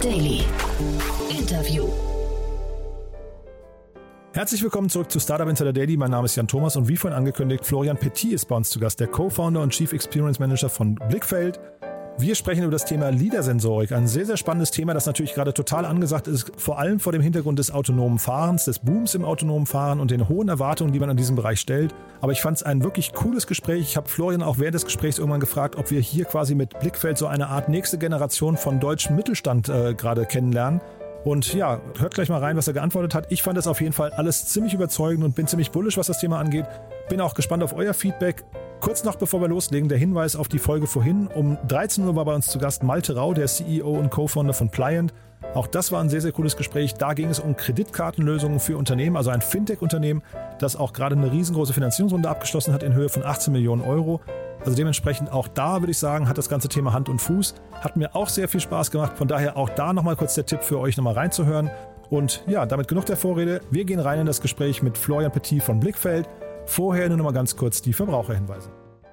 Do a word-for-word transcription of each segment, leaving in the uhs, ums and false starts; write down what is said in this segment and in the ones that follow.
Daily. Interview. Herzlich willkommen zurück zu Startup Insider Daily. Mein Name ist Jan Thomas und wie vorhin angekündigt, Florian Petit ist bei uns zu Gast, der Co-Founder und Chief Experience Manager von Blickfeld. Wir sprechen über das Thema LiDAR-Sensorik, ein sehr, sehr spannendes Thema, das natürlich gerade total angesagt ist, vor allem vor dem Hintergrund des autonomen Fahrens, des Booms im autonomen Fahren und den hohen Erwartungen, die man an diesem Bereich stellt. Aber ich fand es ein wirklich cooles Gespräch. Ich habe Florian auch während des Gesprächs irgendwann gefragt, ob wir hier quasi mit Blickfeld so eine Art nächste Generation von deutschem Mittelstand äh, gerade kennenlernen. Und ja, hört gleich mal rein, was er geantwortet hat. Ich fand das auf jeden Fall alles ziemlich überzeugend und bin ziemlich bullish, was das Thema angeht. Bin auch gespannt auf euer Feedback. Kurz noch bevor wir loslegen, der Hinweis auf die Folge vorhin. Um dreizehn Uhr war bei uns zu Gast Malte Rau, der C E O und Co-Founder von Pliant. Auch das war ein sehr, sehr cooles Gespräch. Da ging es um Kreditkartenlösungen für Unternehmen, also ein Fintech-Unternehmen, das auch gerade eine riesengroße Finanzierungsrunde abgeschlossen hat in Höhe von achtzehn Millionen Euro. Also dementsprechend auch da, würde ich sagen, hat das ganze Thema Hand und Fuß. Hat mir auch sehr viel Spaß gemacht. Von daher auch da nochmal kurz der Tipp für euch, nochmal reinzuhören. Und ja, damit genug der Vorrede. Wir gehen rein in das Gespräch mit Florian Petit von Blickfeld. Vorher nur noch mal ganz kurz die Verbraucherhinweise.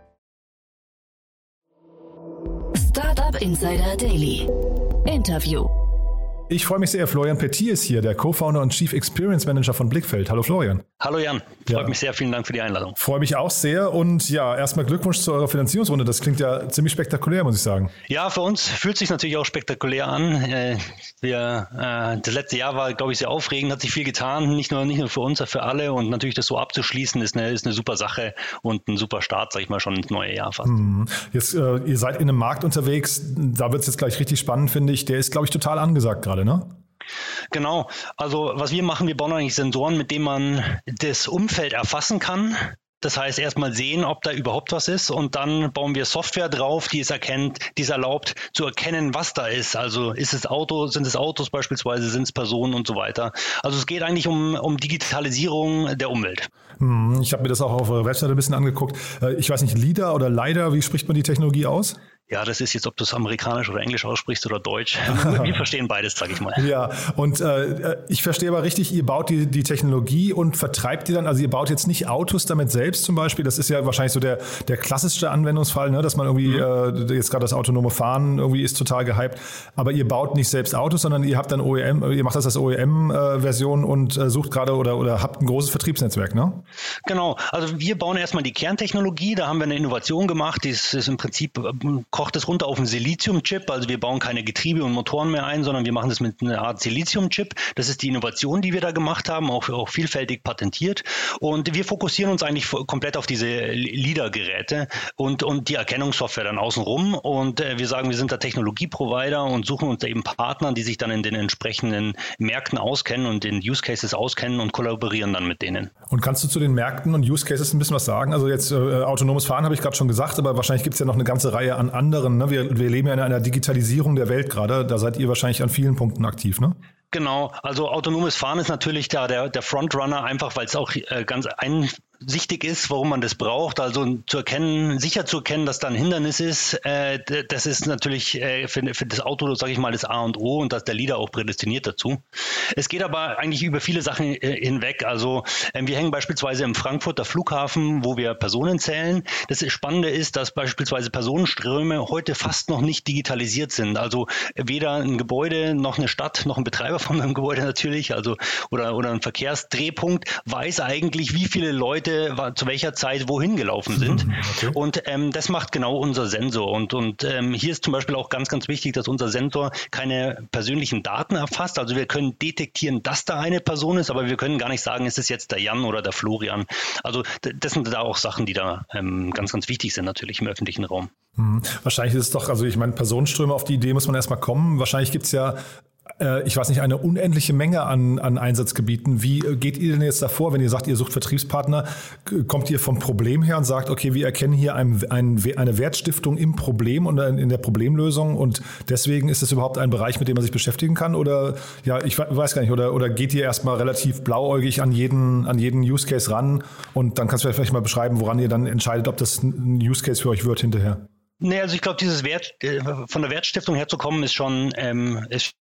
Startup Insider Daily. Interview. Ich freue mich sehr, Florian Petit ist hier, der Co-Founder und Chief Experience Manager von Blickfeld. Hallo Florian. Hallo Jan, freut ja. mich sehr, vielen Dank für die Einladung. Freue mich auch sehr und ja, erstmal Glückwunsch zu eurer Finanzierungsrunde. Das klingt ja ziemlich spektakulär, muss ich sagen. Ja, für uns fühlt sich natürlich auch spektakulär an. Wir, äh, das letzte Jahr war, glaube ich, sehr aufregend, hat sich viel getan, nicht nur, nicht nur für uns, sondern für alle und natürlich das so abzuschließen, ist eine, ist eine super Sache und ein super Start, sag ich mal, schon ins neue Jahr fast. Hm. Jetzt, äh, ihr seid in einem Markt unterwegs, da wird es jetzt gleich richtig spannend, finde ich. Der ist, glaube ich, total angesagt gerade, ne? Genau, also was wir machen, wir bauen eigentlich Sensoren, mit denen man das Umfeld erfassen kann. Das heißt, erstmal sehen, ob da überhaupt was ist und dann bauen wir Software drauf, die es erkennt, die es erlaubt zu erkennen, was da ist. Also ist es Auto, sind es Autos beispielsweise, sind es Personen und so weiter. Also es geht eigentlich um, um Digitalisierung der Umwelt. Ich habe mir das auch auf eurer Webseite ein bisschen angeguckt. Ich weiß nicht, LiDAR oder LiDAR, wie spricht man die Technologie aus? Ja, das ist jetzt, ob du es amerikanisch oder englisch aussprichst oder deutsch. Wir verstehen beides, sage ich mal. Ja, und äh, ich verstehe aber richtig, ihr baut die, die Technologie und vertreibt die dann, also ihr baut jetzt nicht Autos damit selbst zum Beispiel, das ist ja wahrscheinlich so der, der klassischste Anwendungsfall, ne, dass man irgendwie, mhm. äh, jetzt gerade das autonome Fahren irgendwie ist total gehypt, aber ihr baut nicht selbst Autos, sondern ihr habt dann O E M, ihr macht das als O E M-Version äh, und äh, sucht gerade oder, oder habt ein großes Vertriebsnetzwerk, ne? Genau, also wir bauen erstmal die Kerntechnologie, da haben wir eine Innovation gemacht, die ist, ist im Prinzip kocht es runter auf einen Silizium-Chip, also wir bauen keine Getriebe und Motoren mehr ein, sondern wir machen das mit einer Art Silizium-Chip. Das ist die Innovation, die wir da gemacht haben, auch, auch vielfältig patentiert. Und wir fokussieren uns eigentlich komplett auf diese LiDAR-Geräte und, und die Erkennungssoftware dann außenrum. Und äh, wir sagen, wir sind der Technologie-Provider und suchen uns da eben Partner, die sich dann in den entsprechenden Märkten auskennen und in Use Cases auskennen und kollaborieren dann mit denen. Und kannst du zu den Märkten und Use Cases ein bisschen was sagen? Also jetzt äh, autonomes Fahren habe ich gerade schon gesagt, aber wahrscheinlich gibt es ja noch eine ganze Reihe an anderen. Ne? Wir, wir leben ja in einer Digitalisierung der Welt gerade. Da seid ihr wahrscheinlich an vielen Punkten aktiv, ne? Genau, also autonomes Fahren ist natürlich da der, der Frontrunner, einfach weil es auch äh, ganz einsichtig ist, warum man das braucht. Also zu erkennen, sicher zu erkennen, dass da ein Hindernis ist, äh, das ist natürlich äh, für, für das Auto, sage ich mal, das A und O und dass der LiDAR auch prädestiniert dazu. Es geht aber eigentlich über viele Sachen äh, hinweg. Also äh, wir hängen beispielsweise im Frankfurter Flughafen, wo wir Personen zählen. Das Spannende ist, dass beispielsweise Personenströme heute fast noch nicht digitalisiert sind. Also weder ein Gebäude noch eine Stadt noch ein Betreiber von einem Gebäude natürlich, also oder, oder ein Verkehrsdrehpunkt, weiß eigentlich, wie viele Leute zu welcher Zeit wohin gelaufen sind. Okay. Und ähm, das macht genau unser Sensor. Und, und ähm, hier ist zum Beispiel auch ganz, ganz wichtig, dass unser Sensor keine persönlichen Daten erfasst. Also wir können detektieren, dass da eine Person ist, aber wir können gar nicht sagen, ist es jetzt der Jan oder der Florian. Also das sind da auch Sachen, die da ähm, ganz, ganz wichtig sind natürlich im öffentlichen Raum. Hm. Wahrscheinlich ist es doch, also ich meine, Personenströme, auf die Idee muss man erstmal kommen. Wahrscheinlich gibt es ja ich weiß nicht, eine unendliche Menge an, an Einsatzgebieten. Wie geht ihr denn jetzt davor, wenn ihr sagt, ihr sucht Vertriebspartner? Kommt ihr vom Problem her und sagt, okay, wir erkennen hier ein, ein, eine Wertstiftung im Problem und in der Problemlösung und deswegen ist es überhaupt ein Bereich, mit dem man sich beschäftigen kann? Oder, ja, ich weiß gar nicht, oder, oder geht ihr erstmal relativ blauäugig an jeden, an jeden Use Case ran und dann kannst du vielleicht mal beschreiben, woran ihr dann entscheidet, ob das ein Use Case für euch wird hinterher? Nee, also ich glaube, dieses Wert, von der Wertstiftung herzukommen, ist schon, ähm, ist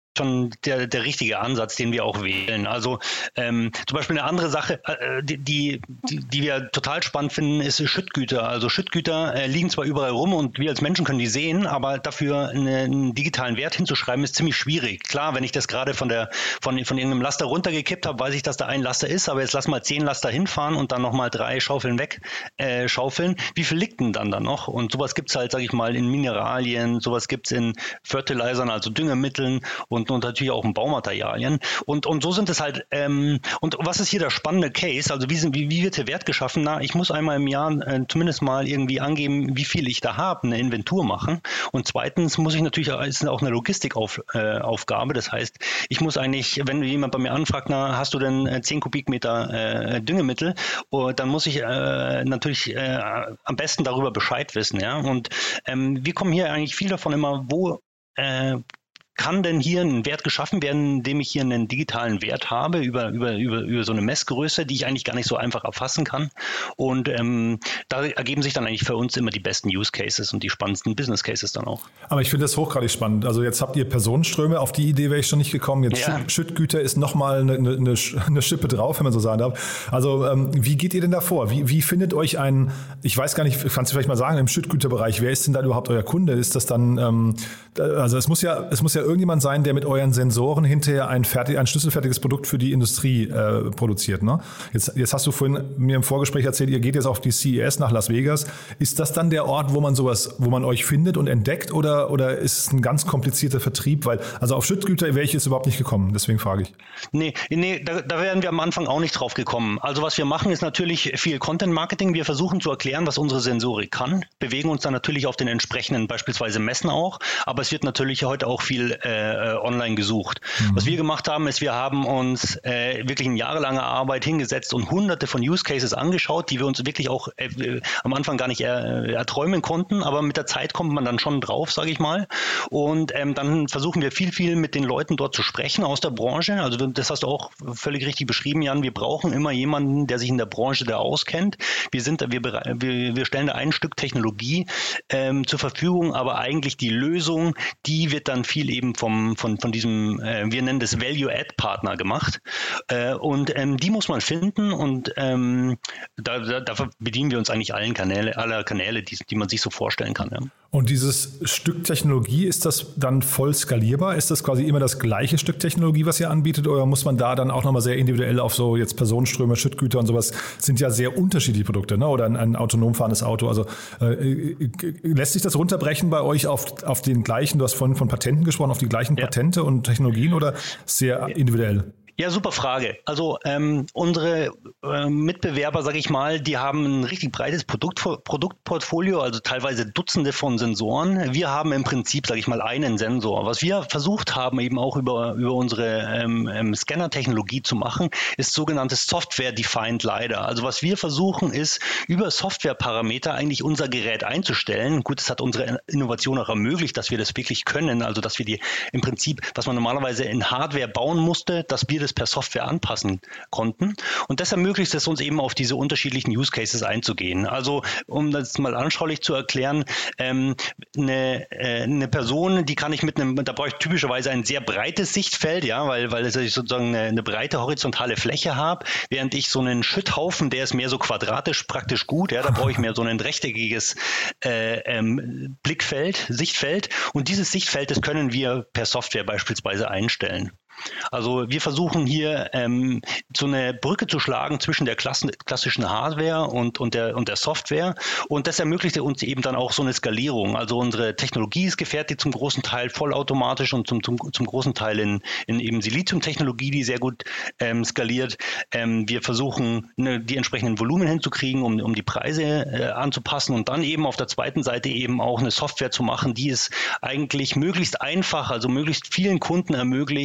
schon der, der richtige Ansatz, den wir auch wählen. Also ähm, zum Beispiel eine andere Sache, äh, die, die, die wir total spannend finden, ist Schüttgüter. Also Schüttgüter äh, liegen zwar überall rum und wir als Menschen können die sehen, aber dafür eine, einen digitalen Wert hinzuschreiben, ist ziemlich schwierig. Klar, wenn ich das gerade von der von, von irgendeinem Laster runtergekippt habe, weiß ich, dass da ein Laster ist, aber jetzt lass mal zehn Laster hinfahren und dann nochmal drei Schaufeln weg äh, schaufeln. Wie viel liegt denn dann da noch? Und sowas gibt es halt, sage ich mal, in Mineralien, sowas gibt es in Fertilizern, also Düngemitteln und Und, und natürlich auch in Baumaterialien. Und, und so sind es halt, ähm, und was ist hier der spannende Case? Also wie, sind, wie, wie wird der Wert geschaffen? Na, ich muss einmal im Jahr äh, zumindest mal irgendwie angeben, wie viel ich da habe, eine Inventur machen. Und zweitens muss ich natürlich, ist auch eine Logistikaufgabe. Äh, das heißt, ich muss eigentlich, wenn jemand bei mir anfragt, na, hast du denn äh, zehn Kubikmeter äh, Düngemittel? Oh, dann muss ich äh, natürlich äh, am besten darüber Bescheid wissen. Ja? Und ähm, wir kommen hier eigentlich viel davon immer, wo äh, kann denn hier ein Wert geschaffen werden, indem ich hier einen digitalen Wert habe über, über, über, über so eine Messgröße, die ich eigentlich gar nicht so einfach erfassen kann. Und ähm, da ergeben sich dann eigentlich für uns immer die besten Use Cases und die spannendsten Business Cases dann auch. Aber ich finde das hochgradig spannend. Also jetzt habt ihr Personenströme, auf die Idee wäre ich schon nicht gekommen. Jetzt ja. Schüttgüter ist nochmal eine, eine, eine Schippe drauf, wenn man so sagen darf. Also ähm, wie geht ihr denn da vor? Wie, wie findet euch ein, ich weiß gar nicht, kannst du vielleicht mal sagen, im Schüttgüterbereich, wer ist denn da überhaupt euer Kunde? Ist das dann, ähm, also es muss ja, es muss ja irgendjemand sein, der mit euren Sensoren hinterher ein, fertig, ein schlüsselfertiges Produkt für die Industrie äh, produziert. Ne? Jetzt, jetzt hast du vorhin mir im Vorgespräch erzählt, ihr geht jetzt auf die C E S nach Las Vegas. Ist das dann der Ort, wo man sowas, wo man euch findet und entdeckt, oder, oder ist es ein ganz komplizierter Vertrieb? Weil, also auf Schüttgüter wäre ich jetzt überhaupt nicht gekommen, deswegen frage ich. Nee, nee, da, da wären wir am Anfang auch nicht drauf gekommen. Also was wir machen, ist natürlich viel Content-Marketing. Wir versuchen zu erklären, was unsere Sensorik kann, bewegen uns dann natürlich auf den entsprechenden, beispielsweise Messen auch, aber es wird natürlich heute auch viel äh, online gesucht. Mhm. Was wir gemacht haben, ist, wir haben uns äh, wirklich in jahrelanger Arbeit hingesetzt und hunderte von Use Cases angeschaut, die wir uns wirklich auch äh, am Anfang gar nicht er, äh, erträumen konnten, aber mit der Zeit kommt man dann schon drauf, sage ich mal. Und ähm, dann versuchen wir viel, viel mit den Leuten dort zu sprechen aus der Branche. Also das hast du auch völlig richtig beschrieben, Jan. Wir brauchen immer jemanden, der sich in der Branche da auskennt. Wir sind, wir, wir, wir stellen da ein Stück Technologie ähm, zur Verfügung, aber eigentlich die Lösung, die wird dann viel eben vom von, von diesem, äh, wir nennen das Value-Add-Partner gemacht. Äh, und ähm, die muss man finden, und ähm, da, da, da bedienen wir uns eigentlich allen Kanäle, aller Kanäle, die, die man sich so vorstellen kann. Ja. Und dieses Stück Technologie, ist das dann voll skalierbar? Ist das quasi immer das gleiche Stück Technologie, was ihr anbietet, oder muss man da dann auch nochmal sehr individuell auf so jetzt Personenströme, Schüttgüter und sowas, sind ja sehr unterschiedliche Produkte, ne? Oder ein, ein autonom fahrendes Auto. Also äh, lässt sich das runterbrechen bei euch auf, auf den gleichen, du hast vorhin von Patenten gesprochen, auf die gleichen ja. Patente und Technologien, oder sehr individuell? Ja, super Frage. Also ähm, unsere äh, Mitbewerber, sage ich mal, die haben ein richtig breites Produkt, Produktportfolio, also teilweise Dutzende von Sensoren. Wir haben im Prinzip, sage ich mal, einen Sensor. Was wir versucht haben, eben auch über, über unsere ähm, Scanner-Technologie zu machen, ist sogenanntes Software-Defined LiDAR. Also was wir versuchen, ist, über Softwareparameter eigentlich unser Gerät einzustellen. Gut, das hat unsere Innovation auch ermöglicht, dass wir das wirklich können, also dass wir die im Prinzip, was man normalerweise in Hardware bauen musste, dass wir das per Software anpassen konnten. Und das ermöglicht es uns eben, auf diese unterschiedlichen Use Cases einzugehen. Also, um das mal anschaulich zu erklären, ähm, eine, äh, eine Person, die kann ich mit einem, da brauche ich typischerweise ein sehr breites Sichtfeld, ja, weil, weil ich sozusagen eine, eine breite horizontale Fläche habe, während ich so einen Schütthaufen, der ist mehr so quadratisch praktisch gut, ja, da brauche ich mehr so ein rechteckiges äh, ähm, Blickfeld, Sichtfeld. Und dieses Sichtfeld, das können wir per Software beispielsweise einstellen. Also wir versuchen hier ähm, so eine Brücke zu schlagen zwischen der Klassen, klassischen Hardware und, und, der, und der Software, und das ermöglicht uns eben dann auch so eine Skalierung. Also unsere Technologie ist gefertigt zum großen Teil vollautomatisch und zum, zum, zum großen Teil in, in eben Silizium-Technologie, die sehr gut ähm, skaliert. Ähm, wir versuchen ne, die entsprechenden Volumen hinzukriegen, um, um die Preise äh, anzupassen, und dann eben auf der zweiten Seite eben auch eine Software zu machen, die es eigentlich möglichst einfach, also möglichst vielen Kunden ermöglicht,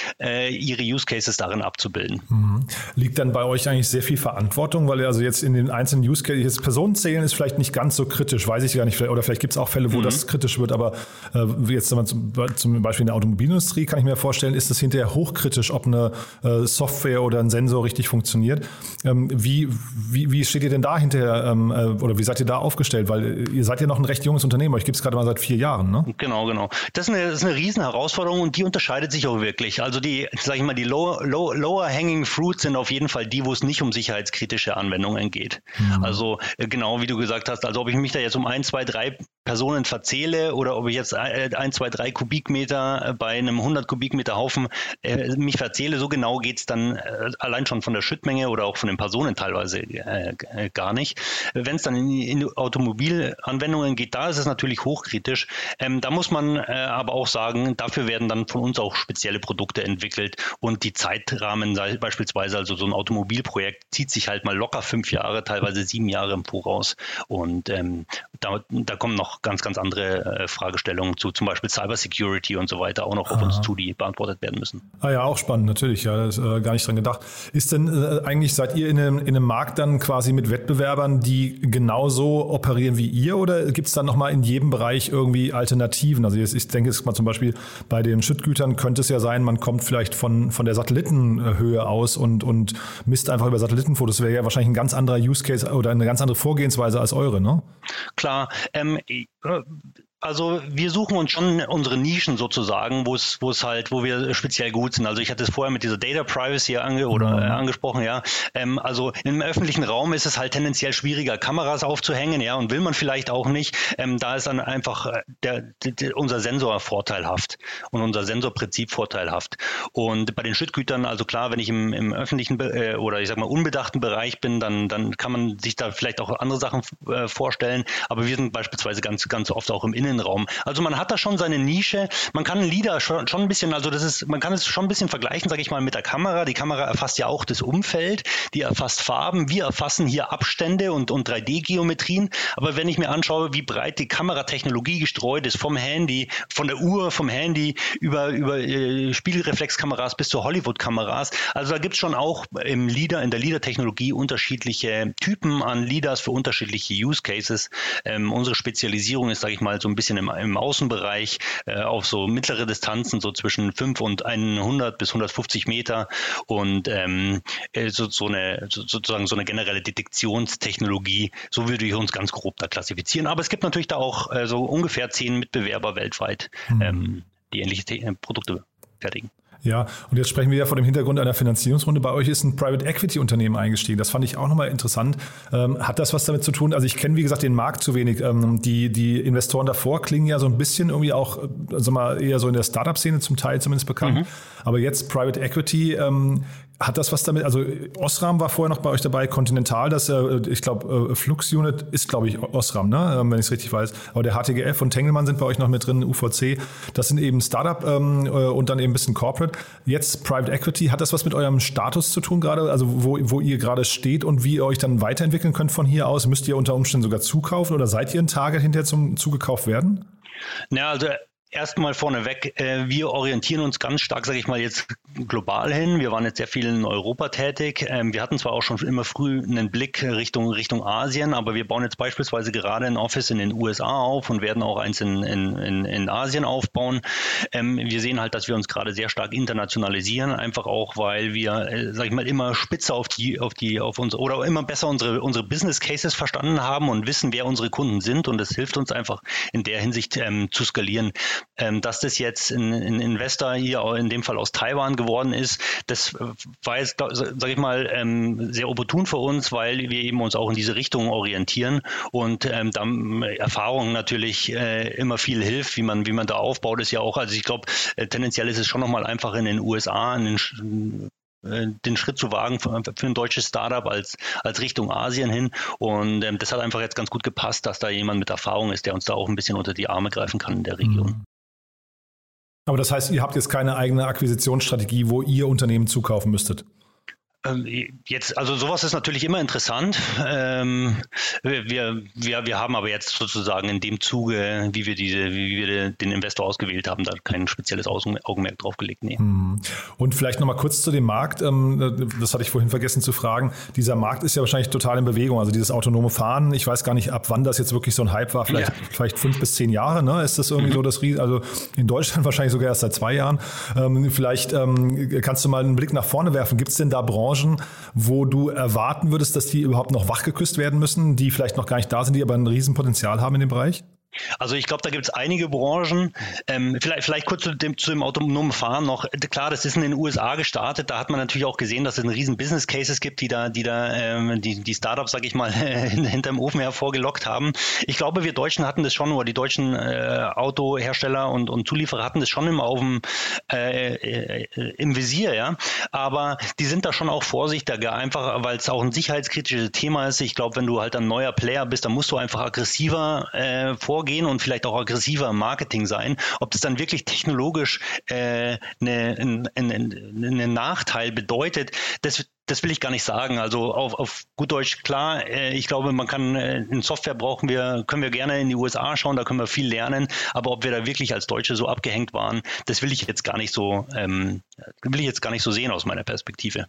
äh, ihre Use Cases darin abzubilden. Mhm. Liegt dann bei euch eigentlich sehr viel Verantwortung, weil ihr also jetzt in den einzelnen Use Cases, jetzt Personenzählen ist vielleicht nicht ganz so kritisch, weiß ich gar nicht, oder vielleicht gibt es auch Fälle, wo mhm. das kritisch wird, aber äh, jetzt zum, zum Beispiel in der Automobilindustrie kann ich mir vorstellen, ist es hinterher hochkritisch, ob eine äh, Software oder ein Sensor richtig funktioniert. Ähm, wie, wie, wie steht ihr denn da hinterher ähm, äh, oder wie seid ihr da aufgestellt? Weil ihr seid ja noch ein recht junges Unternehmen, euch gibt es gerade mal seit vier Jahren, ne? Genau, genau. Das ist eine, das ist eine riesen Herausforderung und die unterscheidet sich auch wirklich. Also die, sag ich mal, die low, low, lower hanging fruits sind auf jeden Fall die, wo es nicht um sicherheitskritische Anwendungen geht. Mhm. Also genau wie du gesagt hast, also ob ich mich da jetzt um ein, zwei, drei Personen verzähle oder ob ich jetzt ein, zwei, drei Kubikmeter bei einem hundert Kubikmeter Haufen äh, mich verzähle, so genau geht es dann äh, allein schon von der Schnittmenge oder auch von den Personen teilweise äh, äh, gar nicht. Wenn es dann in, in Automobilanwendungen geht, da ist es natürlich hochkritisch. Ähm, da muss man äh, aber auch sagen, dafür werden dann von uns auch spezielle Produkte entwickelt und die Zeitrahmen beispielsweise, also so ein Automobilprojekt zieht sich halt mal locker fünf Jahre, teilweise sieben Jahre im Voraus und ähm, da, da kommen noch ganz, ganz andere äh, Fragestellungen zu, zum Beispiel Cybersecurity und so weiter, auch noch auf Aha. uns zu, die beantwortet werden müssen. Ah ja, auch spannend, natürlich, ja, das ist äh, gar nicht dran gedacht. Ist denn äh, eigentlich, seid ihr in einem, in einem Markt dann quasi mit Wettbewerbern, die genauso operieren wie ihr oder gibt es dann nochmal in jedem Bereich irgendwie Alternativen? Also jetzt, ich denke jetzt mal zum Beispiel bei den Schüttgütern könnte es ja sein, man kommt vielleicht von, von der Satellitenhöhe aus und, und misst einfach über Satellitenfotos. Das wäre ja wahrscheinlich ein ganz anderer Use Case oder eine ganz andere Vorgehensweise als eure, ne? Klar, ähm, also wir suchen uns schon unsere Nischen sozusagen, wo es, wo es halt, wo wir speziell gut sind. Also ich hatte es vorher mit dieser Data Privacy ange oder mhm. äh, angesprochen, ja. Ähm, also im öffentlichen Raum ist es halt tendenziell schwieriger, Kameras aufzuhängen, ja, und will man vielleicht auch nicht. Ähm, da ist dann einfach der, der, unser Sensor vorteilhaft und unser Sensorprinzip vorteilhaft. Und bei den Schüttgütern, also klar, wenn ich im, im öffentlichen äh, oder ich sag mal unbedachten Bereich bin, dann, dann kann man sich da vielleicht auch andere Sachen äh, vorstellen. Aber wir sind beispielsweise ganz, ganz oft auch im Innenraum. Also man hat da schon seine Nische. Man kann ein LiDAR schon, schon ein bisschen, also das ist, man kann es schon ein bisschen vergleichen, sage ich mal, mit der Kamera. Die Kamera erfasst ja auch das Umfeld, die erfasst Farben. Wir erfassen hier Abstände und, und drei D-Geometrien. Aber wenn ich mir anschaue, wie breit die Kameratechnologie gestreut ist, vom Handy, von der Uhr, vom Handy über, über äh, Spiegelreflexkameras bis zu Hollywood-Kameras. Also da gibt es schon auch im LiDAR, in der LiDAR-Technologie unterschiedliche Typen an LiDARs für unterschiedliche Use Cases. Ähm, unsere Spezialisierung ist, sage ich mal, so ein bisschen im, im Außenbereich äh, auf so mittlere Distanzen, so zwischen fünf und hundert bis hundertfünfzig Meter und ähm, so, so eine so, sozusagen so eine generelle Detektionstechnologie, so würde ich uns ganz grob da klassifizieren. Aber es gibt natürlich da auch äh, so ungefähr zehn Mitbewerber weltweit, mhm. ähm, die ähnliche Te- Produkte fertigen. Ja, und jetzt sprechen wir ja vor dem Hintergrund einer Finanzierungsrunde. Bei euch ist ein Private Equity Unternehmen eingestiegen. Das fand ich auch nochmal interessant. Ähm, hat das was damit zu tun? Also ich kenne, wie gesagt, den Markt zu wenig. Ähm, die, die Investoren davor klingen ja so ein bisschen irgendwie auch, also mal eher so in der Startup-Szene zum Teil zumindest bekannt. Mhm. Aber jetzt Private Equity, ähm, hat das was damit, also Osram war vorher noch bei euch dabei, Continental, das, äh, ich glaube, äh, Flux Unit ist, glaube ich, Osram, ne? ähm, wenn ich es richtig weiß. Aber der H T G F und Tengelmann sind bei euch noch mit drin, U V C. Das sind eben Startup ähm, äh, und dann eben ein bisschen Corporate. Jetzt Private Equity, hat das was mit eurem Status zu tun gerade? Also wo, wo ihr gerade steht und wie ihr euch dann weiterentwickeln könnt von hier aus? Müsst ihr unter Umständen sogar zukaufen oder seid ihr ein Target hinterher zum zugekauft werden? Ja, also erstmal vorneweg, äh, wir orientieren uns ganz stark, sage ich mal, jetzt global hin. Wir waren jetzt sehr viel in Europa tätig. Ähm, wir hatten zwar auch schon immer früh einen Blick Richtung, Richtung Asien, aber wir bauen jetzt beispielsweise gerade ein Office in den U S A auf und werden auch eins in, in, in Asien aufbauen. Ähm, wir sehen halt, dass wir uns gerade sehr stark internationalisieren, einfach auch, weil wir, äh, sage ich mal, immer spitzer auf die, auf die, auf uns oder immer besser unsere, unsere Business Cases verstanden haben und wissen, wer unsere Kunden sind, und das hilft uns einfach in der Hinsicht ähm, zu skalieren. Ähm, dass das jetzt ein, ein Investor hier in dem Fall aus Taiwan geworden ist, das war jetzt, sage ich mal, ähm, sehr opportun für uns, weil wir eben uns auch in diese Richtung orientieren und ähm, da Erfahrung natürlich äh, immer viel hilft, wie man, wie man da aufbaut, ist ja auch, also ich glaube, äh, tendenziell ist es schon nochmal einfacher in den U S A, in den den Schritt zu wagen für, für ein deutsches Startup als, als Richtung Asien hin. Und ähm, das hat einfach jetzt ganz gut gepasst, dass da jemand mit Erfahrung ist, der uns da auch ein bisschen unter die Arme greifen kann in der Region. Aber das heißt, ihr habt jetzt keine eigene Akquisitionsstrategie, wo ihr Unternehmen zukaufen müsstet? Jetzt, also sowas ist natürlich immer interessant. Ähm, wir, wir, wir haben aber jetzt sozusagen in dem Zuge, wie wir diese, wie wir den Investor ausgewählt haben, da kein spezielles Augenmerk drauf gelegt. Nee. Und vielleicht nochmal kurz zu dem Markt. Das hatte ich vorhin vergessen zu fragen. Dieser Markt ist ja wahrscheinlich total in Bewegung. Also dieses autonome Fahren. Ich weiß gar nicht, ab wann das jetzt wirklich so ein Hype war. Vielleicht, ja. vielleicht fünf bis zehn Jahre. Ne? Ist das irgendwie mhm. so das Riesen? Also in Deutschland wahrscheinlich sogar erst seit zwei Jahren. Vielleicht kannst du mal einen Blick nach vorne werfen. Gibt es denn da Branchen, wo du erwarten würdest, dass die überhaupt noch wachgeküsst werden müssen, die vielleicht noch gar nicht da sind, die aber ein Riesenpotenzial haben in dem Bereich? Also ich glaube, da gibt es einige Branchen. Ähm, vielleicht, vielleicht kurz zu dem, zu dem autonomen Fahren noch. Klar, das ist in den U S A gestartet. Da hat man natürlich auch gesehen, dass es einen riesen Business Cases gibt, die da, die da, ähm, die, die Startups, sag ich mal, hinterm Ofen hervorgelockt haben. Ich glaube, wir Deutschen hatten das schon, oder die deutschen äh, Autohersteller und, und Zulieferer hatten das schon immer auf dem, äh, äh, im Visier, ja. Aber die sind da schon auch vorsichtiger, einfach, weil es auch ein sicherheitskritisches Thema ist. Ich glaube, wenn du halt ein neuer Player bist, dann musst du einfach aggressiver äh, vorgehen und vielleicht auch aggressiver im Marketing sein. Ob das dann wirklich technologisch äh, eine, ein, ein, einen Nachteil bedeutet, das Das will ich gar nicht sagen. Also auf, auf gut Deutsch klar, äh, ich glaube, man kann äh, in Software brauchen wir, können wir gerne in die U S A schauen, da können wir viel lernen. Aber ob wir da wirklich als Deutsche so abgehängt waren, das will ich jetzt gar nicht so, ähm, will ich jetzt gar nicht so sehen aus meiner Perspektive.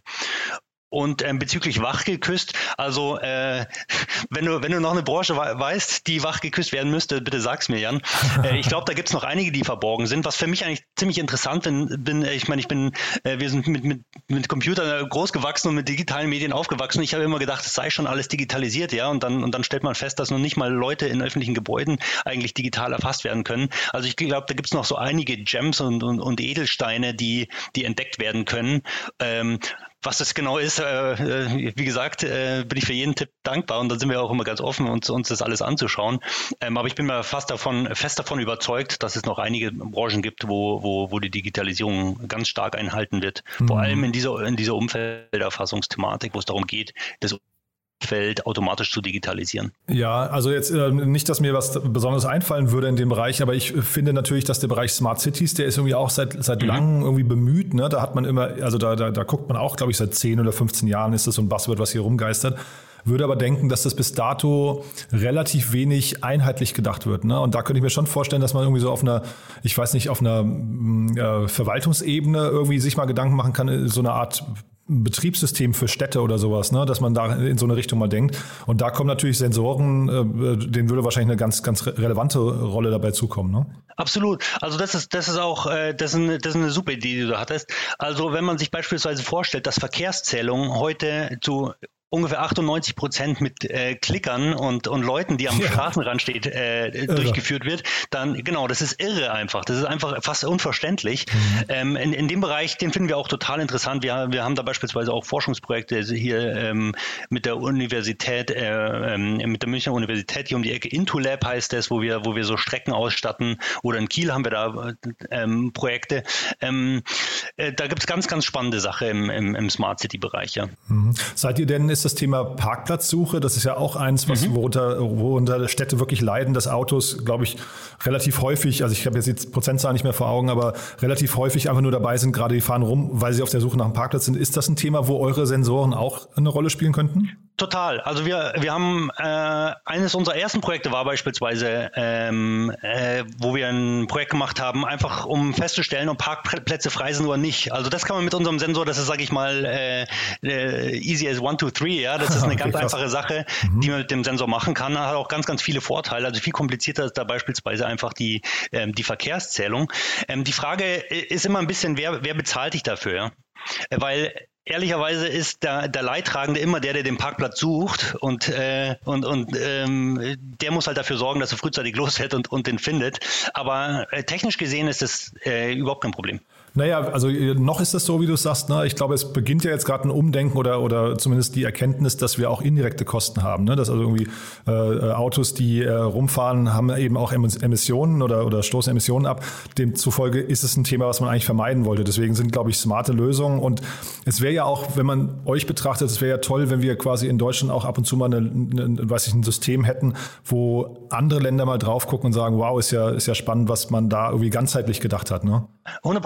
Und ähm, bezüglich wachgeküsst, also äh, wenn du wenn du noch eine Branche we- weißt, die wachgeküsst werden müsste, bitte sag's mir, Jan. Äh, ich glaube, da gibt's noch einige, die verborgen sind. Was für mich eigentlich ziemlich interessant bin, bin ich meine, ich bin, äh, wir sind mit mit mit Computern groß gewachsen und mit digitalen Medien aufgewachsen. Ich habe immer gedacht, es sei schon alles digitalisiert, ja, und dann und dann stellt man fest, dass noch nicht mal Leute in öffentlichen Gebäuden eigentlich digital erfasst werden können. Also ich glaube, da gibt's noch so einige Gems und und, und Edelsteine, die die entdeckt werden können. Ähm, Was das genau ist, äh, wie gesagt, äh, bin ich für jeden Tipp dankbar und da sind wir auch immer ganz offen, uns, uns das alles anzuschauen. Ähm, aber ich bin mir fast davon, fest davon überzeugt, dass es noch einige Branchen gibt, wo, wo, wo die Digitalisierung ganz stark einhalten wird. Mhm. Vor allem in dieser, in dieser Umfelderfassungsthematik, wo es darum geht, das Feld automatisch zu digitalisieren. Ja, also jetzt äh, nicht, dass mir was Besonderes einfallen würde in dem Bereich, aber ich finde natürlich, dass der Bereich Smart Cities, der ist irgendwie auch seit seit mhm. langem irgendwie bemüht. Ne? Da hat man immer, also da, da, da guckt man auch, glaube ich, seit zehn oder fünfzehn Jahren ist das so ein Buzzword, was hier rumgeistert. Würde aber denken, dass das bis dato relativ wenig einheitlich gedacht wird. Ne? Und da könnte ich mir schon vorstellen, dass man irgendwie so auf einer, ich weiß nicht, auf einer äh, Verwaltungsebene irgendwie sich mal Gedanken machen kann, so eine Art Betriebssystem für Städte oder sowas, ne, dass man da in so eine Richtung mal denkt. Und da kommen natürlich Sensoren, äh, denen würde wahrscheinlich eine ganz, ganz relevante Rolle dabei zukommen, ne? Absolut. Also das ist, das ist auch, äh, das ist eine, das ist eine super Idee, die du da hattest. Also wenn man sich beispielsweise vorstellt, dass Verkehrszählung heute zu ungefähr achtundneunzig Prozent mit äh, Klickern und, und Leuten, die am ja. Straßenrand steht, äh, durchgeführt wird, dann, genau, das ist irre einfach. Das ist einfach fast unverständlich. Mhm. Ähm, in, in dem Bereich, den finden wir auch total interessant. Wir, wir haben da beispielsweise auch Forschungsprojekte hier ähm, mit der Universität, äh, ähm, mit der Münchner Universität hier um die Ecke. Intolab heißt das, wo wir, wo wir so Strecken ausstatten. Oder in Kiel haben wir da ähm, Projekte. Ähm, äh, da gibt es ganz, ganz spannende Sachen im, im, im Smart City-Bereich. Ja. Mhm. Seid ihr denn ist das Thema Parkplatzsuche. Das ist ja auch eins, was, mhm. worunter, worunter Städte wirklich leiden, dass Autos, glaube ich, relativ häufig, also ich habe jetzt die Prozentzahl nicht mehr vor Augen, aber relativ häufig einfach nur dabei sind, gerade die fahren rum, weil sie auf der Suche nach einem Parkplatz sind. Ist das ein Thema, wo eure Sensoren auch eine Rolle spielen könnten? Total. Also wir wir haben äh, eines unserer ersten Projekte war beispielsweise, ähm, äh, wo wir ein Projekt gemacht haben, einfach um festzustellen, ob Parkplätze frei sind oder nicht. Also das kann man mit unserem Sensor, das ist, sage ich mal, äh, äh, easy as one, two, three. Ja, das ist eine okay, ganz krass. einfache Sache, mhm. die man mit dem Sensor machen kann. Hat auch ganz, ganz viele Vorteile. Also viel komplizierter ist da beispielsweise einfach die ähm, die Verkehrszählung. Ähm, die Frage ist immer ein bisschen, wer wer bezahlt dich dafür? Ja? Weil ehrlicherweise ist der, der Leidtragende immer der, der den Parkplatz sucht und, äh, und, und ähm, der muss halt dafür sorgen, dass er frühzeitig losfährt und, und den findet. Aber äh, technisch gesehen ist das äh, überhaupt kein Problem. Naja, also noch ist das so, wie du sagst. Ne? Ich glaube, es beginnt ja jetzt gerade ein Umdenken oder, oder zumindest die Erkenntnis, dass wir auch indirekte Kosten haben. Ne? Dass also irgendwie äh, Autos, die äh, rumfahren, haben eben auch Emissionen oder, oder stoßen Emissionen ab. Demzufolge ist es ein Thema, was man eigentlich vermeiden wollte. Deswegen sind, glaube ich, smarte Lösungen. Und es wäre ja auch, wenn man euch betrachtet, es wäre ja toll, wenn wir quasi in Deutschland auch ab und zu mal eine, eine, weiß ich, ein System hätten, wo andere Länder mal drauf gucken und sagen, wow, ist ja, ist ja spannend, was man da irgendwie ganzheitlich gedacht hat. Ne? Hundertprozentig.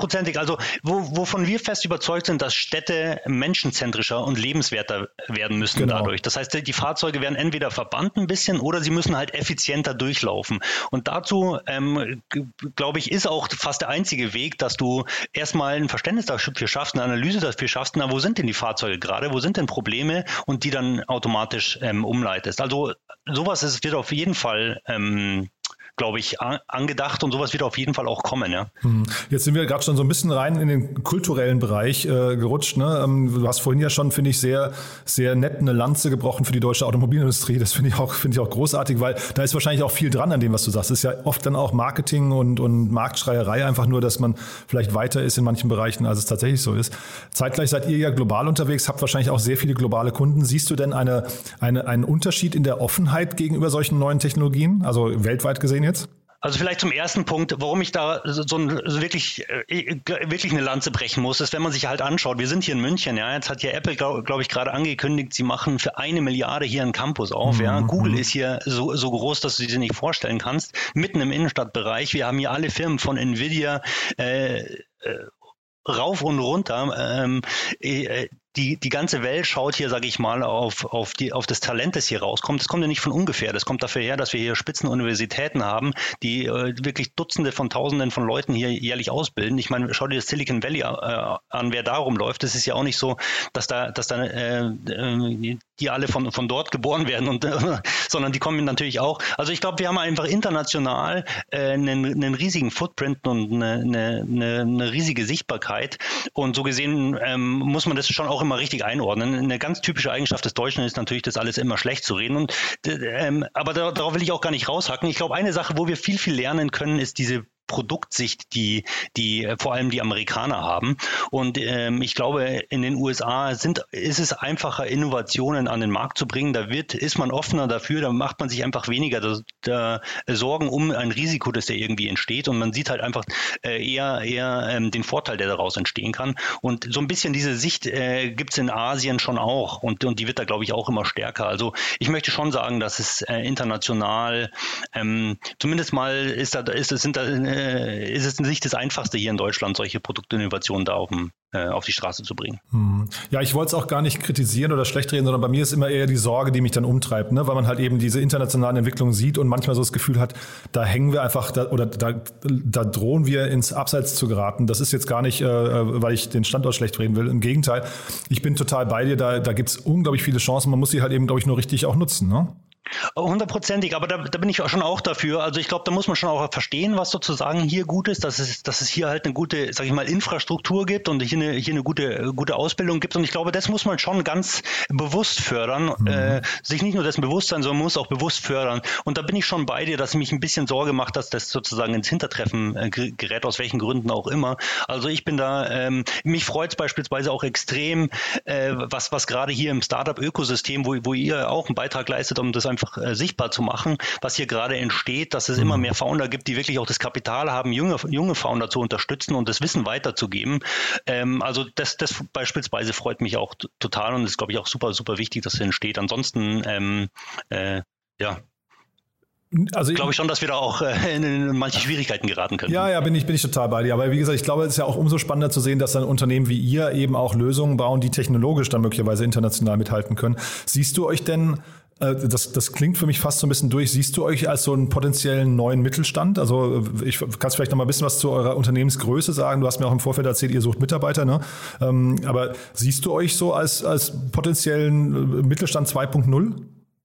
Also wo, wovon wir fest überzeugt sind, dass Städte menschenzentrischer und lebenswerter werden müssen genau. dadurch. Das heißt, die Fahrzeuge werden entweder verbannt ein bisschen oder sie müssen halt effizienter durchlaufen. Und dazu, ähm, glaube ich, ist auch fast der einzige Weg, dass du erstmal ein Verständnis dafür schaffst, eine Analyse dafür schaffst, na, wo sind denn die Fahrzeuge gerade, wo sind denn Probleme und die dann automatisch ähm, umleitest. Also sowas ist, wird auf jeden Fall ähm, glaube ich, angedacht und sowas wird auf jeden Fall auch kommen. Ja. Jetzt sind wir gerade schon so ein bisschen rein in den kulturellen Bereich äh, gerutscht. Ne? Ähm, du hast vorhin ja schon, finde ich, sehr, sehr nett eine Lanze gebrochen für die deutsche Automobilindustrie. Das finde ich auch, finde ich auch großartig, weil da ist wahrscheinlich auch viel dran an dem, was du sagst. Es ist ja oft dann auch Marketing und, und Marktschreierei, einfach nur, dass man vielleicht weiter ist in manchen Bereichen, als es tatsächlich so ist. Zeitgleich seid ihr ja global unterwegs, habt wahrscheinlich auch sehr viele globale Kunden. Siehst du denn eine, eine, einen Unterschied in der Offenheit gegenüber solchen neuen Technologien, also weltweit gesehen jetzt? Also vielleicht zum ersten Punkt, warum ich da so ein, so wirklich, wirklich eine Lanze brechen muss, ist, wenn man sich halt anschaut, wir sind hier in München, ja, jetzt hat ja Apple, glaube glaub ich, gerade angekündigt, sie machen für eine Milliarde hier einen Campus auf, mhm. ja. Google ist hier so, so groß, dass du dir nicht vorstellen kannst, mitten im Innenstadtbereich. Wir haben hier alle Firmen von Nvidia, äh, äh, rauf und runter, ähm, äh, Die, die ganze Welt schaut hier, sage ich mal, auf, auf, die, auf das Talent, das hier rauskommt. Das kommt ja nicht von ungefähr. Das kommt dafür her, dass wir hier Spitzenuniversitäten haben, die äh, wirklich Dutzende von Tausenden von Leuten hier jährlich ausbilden. Ich meine, schau dir das Silicon Valley äh, an, wer da rumläuft. Es ist ja auch nicht so, dass da, dass da äh, die alle von, von dort geboren werden, und, äh, sondern die kommen natürlich auch. Also ich glaube, wir haben einfach international äh, einen, einen riesigen Footprint und eine, eine, eine riesige Sichtbarkeit. Und so gesehen ähm, muss man das schon auch immer richtig einordnen. Eine ganz typische Eigenschaft des Deutschen ist natürlich, das alles immer schlecht zu reden. Und, ähm, aber da, darauf will ich auch gar nicht raushacken. Ich glaube, eine Sache, wo wir viel, viel lernen können, ist diese Produktsicht, die, die vor allem die Amerikaner haben. Und ähm, ich glaube, in den U S A sind, ist es einfacher, Innovationen an den Markt zu bringen. Da wird, ist man offener dafür, da macht man sich einfach weniger da, da Sorgen um ein Risiko, das da irgendwie entsteht. Und man sieht halt einfach äh, eher, eher ähm, den Vorteil, der daraus entstehen kann. Und so ein bisschen diese Sicht äh, gibt es in Asien schon auch. Und, und die wird da, glaube ich, auch immer stärker. Also ich möchte schon sagen, dass es äh, international, ähm, zumindest mal ist da, ist es, sind da ist es nicht das Einfachste hier in Deutschland, solche Produktinnovationen da auf, dem, äh, auf die Straße zu bringen. Ja, ich wollte es auch gar nicht kritisieren oder schlecht reden, sondern bei mir ist immer eher die Sorge, die mich dann umtreibt, ne? Weil man halt eben diese internationalen Entwicklungen sieht und manchmal so das Gefühl hat, da hängen wir einfach da, oder da, da drohen wir ins Abseits zu geraten. Das ist jetzt gar nicht, äh, weil ich den Standort schlecht reden will. Im Gegenteil, ich bin total bei dir, da, da gibt es unglaublich viele Chancen. Man muss sie halt eben, glaube ich, nur richtig auch nutzen, ne? Hundertprozentig, aber da, da bin ich auch schon auch dafür. Also ich glaube, da muss man schon auch verstehen, was sozusagen hier gut ist, dass es, dass es hier halt eine gute, sag ich mal, Infrastruktur gibt und hier eine, hier eine gute, gute Ausbildung gibt. Und ich glaube, das muss man schon ganz bewusst fördern, mhm. äh, sich nicht nur dessen bewusst sein, sondern man muss auch bewusst fördern. Und da bin ich schon bei dir, dass mich ein bisschen Sorge macht, dass das sozusagen ins Hintertreffen äh, gerät, aus welchen Gründen auch immer. Also ich bin da, ähm, mich freut es beispielsweise auch extrem, äh, was, was gerade hier im Startup-Ökosystem, wo, wo ihr auch einen Beitrag leistet, um das einfach äh, sichtbar zu machen, was hier gerade entsteht, dass es immer mehr Founder gibt, die wirklich auch das Kapital haben, junge, junge Founder zu unterstützen und das Wissen weiterzugeben. Ähm, also das, das beispielsweise freut mich auch t- total und ist, glaube ich, auch super, super wichtig, dass es entsteht. Ansonsten, ähm, äh, ja, also ich glaube schon, dass wir da auch äh, in, in manche Schwierigkeiten geraten können. Ja, ja, bin ich, bin ich total bei dir. Aber wie gesagt, ich glaube, es ist ja auch umso spannender zu sehen, dass dann Unternehmen wie ihr eben auch Lösungen bauen, die technologisch dann möglicherweise international mithalten können. Siehst du euch denn, äh, das, das klingt für mich fast so ein bisschen durch, siehst du euch als so einen potenziellen neuen Mittelstand? Also ich kannst vielleicht noch mal ein bisschen was zu eurer Unternehmensgröße sagen. Du hast mir auch im Vorfeld erzählt, ihr sucht Mitarbeiter, ne? Ähm, aber siehst du euch so als, als potenziellen Mittelstand zwei Punkt null?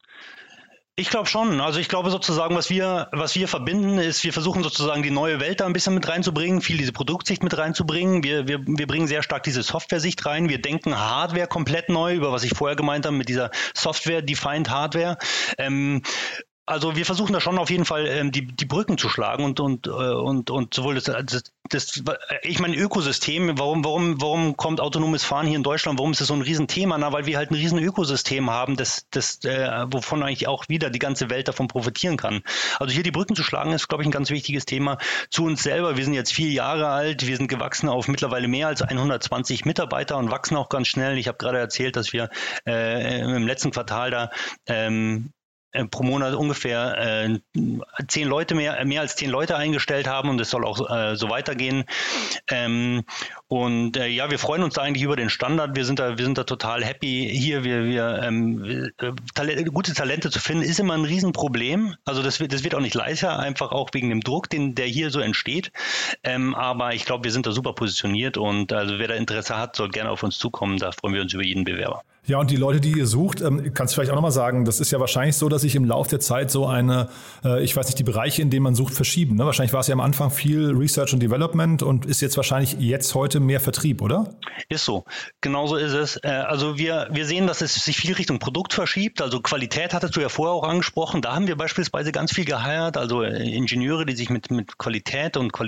Ich glaube schon. Also ich glaube sozusagen, was wir, was wir verbinden, ist, wir versuchen sozusagen die neue Welt da ein bisschen mit reinzubringen, viel diese Produktsicht mit reinzubringen. Wir, wir, wir bringen sehr stark diese Software-Sicht rein. Wir denken Hardware komplett neu, über was ich vorher gemeint habe, mit dieser Software-Defined Hardware. Ähm, Also wir versuchen da schon auf jeden Fall ähm, die, die Brücken zu schlagen und und und und sowohl das, das, das ich meine Ökosystem, warum warum warum kommt autonomes Fahren hier in Deutschland, warum ist das so ein Riesenthema? Na, weil wir halt ein riesen Ökosystem haben, das das äh, wovon eigentlich auch wieder die ganze Welt davon profitieren kann. Also hier die Brücken zu schlagen ist, glaube ich, ein ganz wichtiges Thema. Zu uns selber, wir sind jetzt vier Jahre alt, wir sind gewachsen auf mittlerweile mehr als hundertzwanzig Mitarbeiter und wachsen auch ganz schnell. Ich habe gerade erzählt, dass wir äh, im letzten Quartal da ähm, pro Monat ungefähr äh, zehn Leute mehr, mehr als zehn Leute eingestellt haben und das soll auch äh, so weitergehen. Ähm, und äh, ja, wir freuen uns da eigentlich über den Standard. Wir sind da, wir sind da total happy hier. Wir, wir ähm, Talente, gute Talente zu finden, ist immer ein Riesenproblem. Also das wird, das wird auch nicht leichter, einfach auch wegen dem Druck, den, der hier so entsteht. Ähm, aber ich glaube, wir sind da super positioniert und also wer da Interesse hat, soll gerne auf uns zukommen. Da freuen wir uns über jeden Bewerber. Ja, und die Leute, die ihr sucht, ähm, kannst du vielleicht auch nochmal sagen, das ist ja wahrscheinlich so, dass sich im Laufe der Zeit so eine, äh, ich weiß nicht, die Bereiche, in denen man sucht, verschieben. Ne? Wahrscheinlich war es ja am Anfang viel Research und Development und ist jetzt wahrscheinlich jetzt heute mehr Vertrieb, oder? Ist so. Genauso ist es. Äh, also wir, wir sehen, dass es sich viel Richtung Produkt verschiebt. Also Qualität hattest du ja vorher auch angesprochen. Da haben wir beispielsweise ganz viel geheiert. Also Ingenieure, die sich mit, mit Qualität und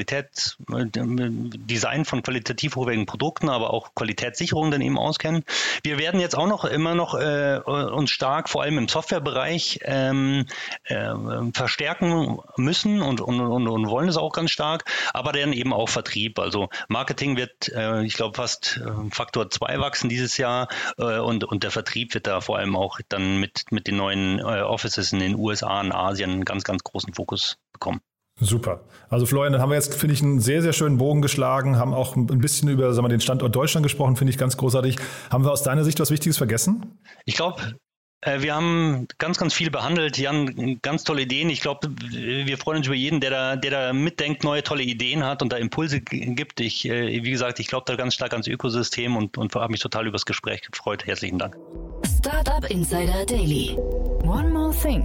Qualitätsdesign von qualitativ hochwertigen Produkten, aber auch Qualitätssicherung dann eben auskennen. Wir werden jetzt auch noch immer noch äh, uns stark, vor allem im Softwarebereich, ähm, äh, verstärken müssen und, und, und, und wollen es auch ganz stark, aber dann eben auch Vertrieb. Also Marketing wird, äh, ich glaube, fast äh, Faktor zwei wachsen dieses Jahr äh, und, und der Vertrieb wird da vor allem auch dann mit, mit den neuen äh, Offices in den U S A und Asien einen ganz, ganz großen Fokus bekommen. Super. Also Florian, dann haben wir jetzt, finde ich, einen sehr, sehr schönen Bogen geschlagen, haben auch ein bisschen über, sagen wir, den Standort Deutschland gesprochen, finde ich ganz großartig. Haben wir aus deiner Sicht was Wichtiges vergessen? Ich glaube, äh, wir haben ganz, ganz viel behandelt. Jan, ganz tolle Ideen. Ich glaube, wir freuen uns über jeden, der da, der da mitdenkt, neue tolle Ideen hat und da Impulse g- gibt. Ich, äh, wie gesagt, ich glaube da ganz stark ans Ökosystem und, und habe mich total über das Gespräch gefreut. Herzlichen Dank. Startup Insider Daily. One more thing.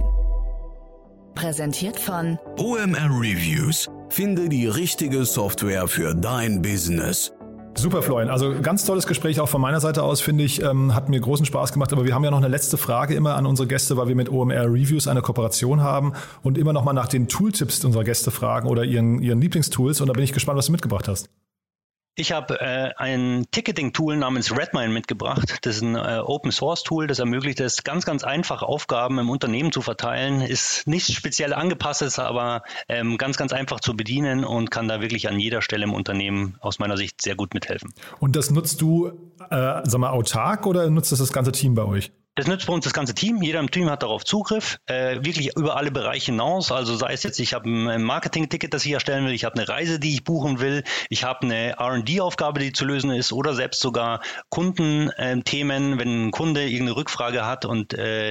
Präsentiert von O M R Reviews. Finde die richtige Software für dein Business. Super, Florian. Also ganz tolles Gespräch auch von meiner Seite aus, finde ich. Ähm, hat mir großen Spaß gemacht. Aber wir haben ja noch eine letzte Frage immer an unsere Gäste, weil wir mit O M R Reviews eine Kooperation haben und immer noch mal nach den Tooltips unserer Gäste fragen oder ihren, ihren Lieblingstools. Und da bin ich gespannt, was du mitgebracht hast. Ich habe äh, ein Ticketing-Tool namens Redmine mitgebracht. Das ist ein äh, Open-Source-Tool, das ermöglicht es, ganz, ganz einfach Aufgaben im Unternehmen zu verteilen. Ist nicht speziell angepasst, ist aber ähm, ganz, ganz einfach zu bedienen und kann da wirklich an jeder Stelle im Unternehmen aus meiner Sicht sehr gut mithelfen. Und das nutzt du, äh, sag mal, autark oder nutzt das das ganze Team bei euch? Das nützt bei uns das ganze Team. Jeder im Team hat darauf Zugriff, äh, wirklich über alle Bereiche hinaus. Also sei es jetzt, ich habe ein Marketing-Ticket, das ich erstellen will, ich habe eine Reise, die ich buchen will, ich habe eine R und D-Aufgabe, die zu lösen ist oder selbst sogar Kundenthemen, äh, wenn ein Kunde irgendeine Rückfrage hat und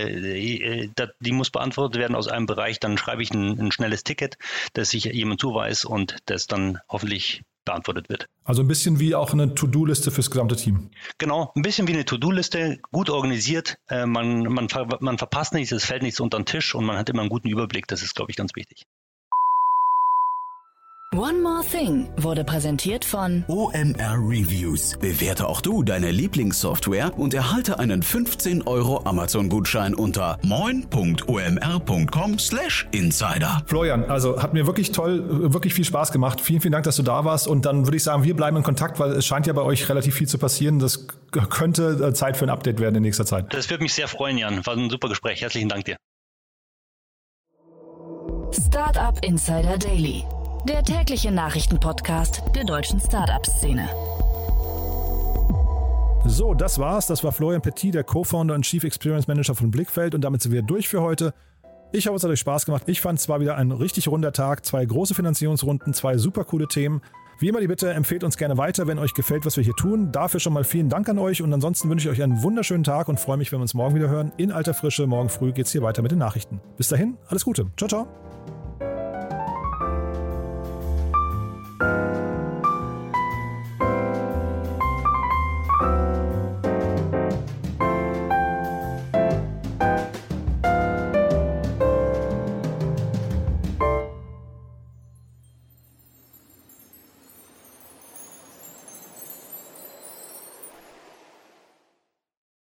äh, die muss beantwortet werden aus einem Bereich, dann schreibe ich ein, ein schnelles Ticket, das sich jemand zuweist und das dann hoffentlich beantwortet wird. Also ein bisschen wie auch eine To-Do-Liste fürs gesamte Team. Genau, ein bisschen wie eine To-Do-Liste, gut organisiert. Äh, man, man, man verpasst nichts, es fällt nichts unter den Tisch und man hat immer einen guten Überblick. Das ist, glaube ich, ganz wichtig. One More Thing wurde präsentiert von O M R Reviews. Bewerte auch du deine Lieblingssoftware und erhalte einen fünfzehn Euro Amazon-Gutschein unter moin punkt o m r punkt com slash insider. Florian, also hat mir wirklich toll, wirklich viel Spaß gemacht. Vielen, vielen Dank, dass du da warst. Und dann würde ich sagen, wir bleiben in Kontakt, weil es scheint ja bei euch relativ viel zu passieren. Das könnte Zeit für ein Update werden in nächster Zeit. Das würde mich sehr freuen, Jan. War ein super Gespräch. Herzlichen Dank dir. Startup Insider Daily. Der tägliche Nachrichtenpodcast der deutschen Startup-Szene. So, das war's. Das war Florian Petit, der Co-Founder und Chief Experience Manager von Blickfeld. Und damit sind wir durch für heute. Ich hoffe, es hat euch Spaß gemacht. Ich fand es war wieder ein richtig runder Tag. Zwei große Finanzierungsrunden, zwei super coole Themen. Wie immer die Bitte, empfehlt uns gerne weiter, wenn euch gefällt, was wir hier tun. Dafür schon mal vielen Dank an euch. Und ansonsten wünsche ich euch einen wunderschönen Tag und freue mich, wenn wir uns morgen wieder hören. In alter Frische. Morgen früh geht's hier weiter mit den Nachrichten. Bis dahin, alles Gute. Ciao, ciao.